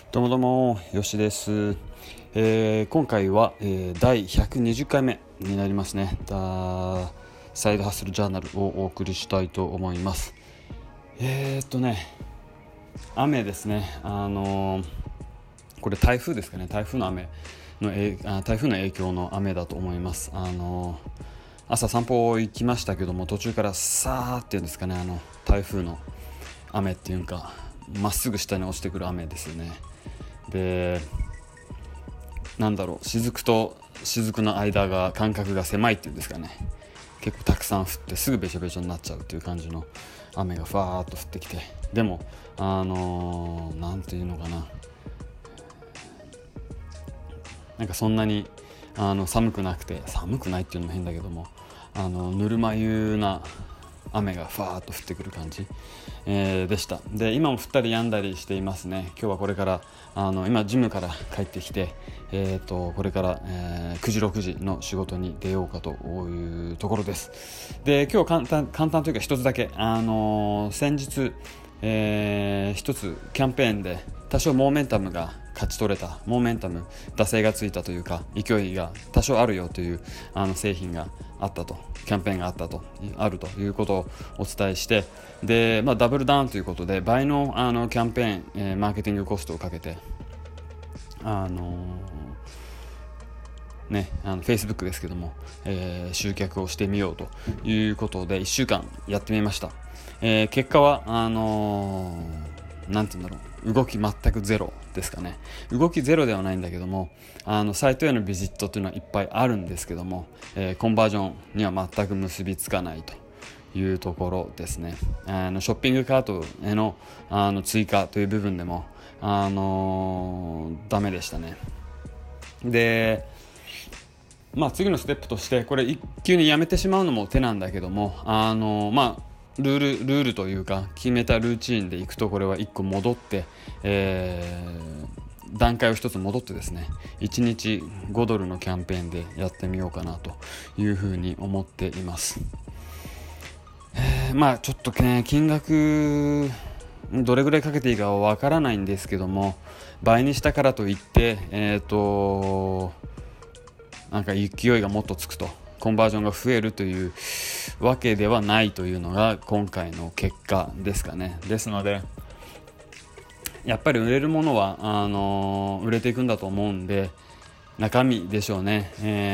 どうもどうも、よしです。今回は、第120回目になりますね。サイドハッスルジャーナルをお送りしたいと思います。雨ですね。これ台風ですかね。台風の影響の雨だと思います。朝散歩行きましたけども、途中からさーっていうんですかね、台風の雨っていうか、まっすぐ下に落ちてくる雨ですよね。で、雫と雫の間隔が狭いっていうんですかね、結構たくさん降ってすぐべちょべちょになっちゃうっていう感じの雨がファーっと降ってきて、でもなんていうのかな、なんかそんなに寒くないっていうのも変だけども、ぬるま湯な雨がファーっと降ってくる感じ、でした。で、今も降ったり止んだりしていますね。今日はこれから今ジムから帰ってきて、これから、9時6時の仕事に出ようかというところです。で、今日簡単というか一つだけ、先日、一つキャンペーンで多少モーメンタムが勝ち取れた、惰性がついたというか、勢いが多少あるよという製品があったと、キャンペーンがあるということをお伝えして、で、ダブルダウンということで倍のキャンペーン、マーケティングコストをかけてFacebook ですけども、集客をしてみようということで1週間やってみました。結果は動き全くゼロですかね。動きゼロではないんだけども、サイトへのビジットというのはいっぱいあるんですけども、コンバージョンには全く結びつかないというところですね。ショッピングカートへの追加という部分でもダメでしたね。で、次のステップとして、これ一急にやめてしまうのも手なんだけども、ルールというか決めたルーチンでいくと、これは1個戻って、段階を1つ戻ってですね、1日5ドルのキャンペーンでやってみようかなというふうに思っています。ちょっとね、金額どれぐらいかけていいかはわからないんですけども、倍にしたからといってなんか勢いがもっとつくと、コンバージョンが増えるというわけではないというのが今回の結果ですかね。ですので、やっぱり売れるものは売れていくんだと思うんで、中身でしょうね。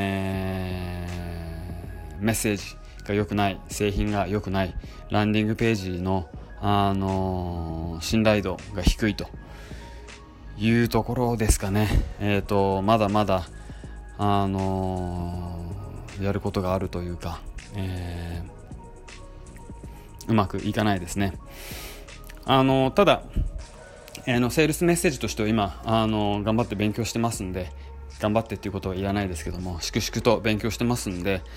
メッセージが良くない、製品が良くない、ランディングページの、信頼度が低いというところですかね。まだまだやることがあるというか、うまくいかないですね。ただセールスメッセージとしては今頑張って勉強してますんで、頑張ってっていうことは言わないですけども、粛々と勉強してますんで、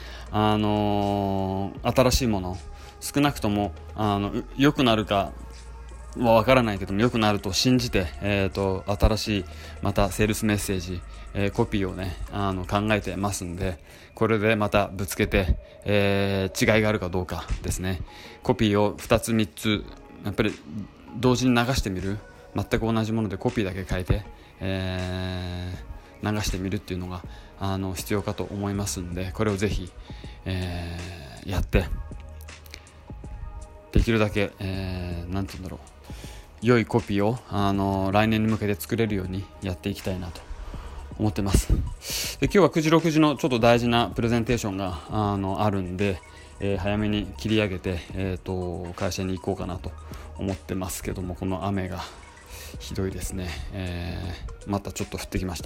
新しいもの、少なくとも良くなるかは分からないけども、良くなると信じて、新しいまたセールスメッセージ、コピーをね考えてますんで、これでまたぶつけて、違いがあるかどうかですね。コピーを2つ3つやっぱり同時に流してみる、全く同じものでコピーだけ変えて、流してみるっていうのが必要かと思いますんで、これをぜひ、やってできるだけ、良いコピーを来年に向けて作れるようにやっていきたいなと思ってます。で、今日は9時6時のちょっと大事なプレゼンテーションがあるんで、早めに切り上げて、会社に行こうかなと思ってますけども、この雨がひどいですね。またちょっと降ってきました。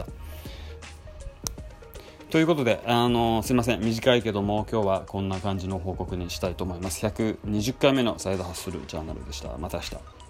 ということで、すいません、短いけども今日はこんな感じの報告にしたいと思います。120回目のサイドハッスルジャーナルでした。また明日。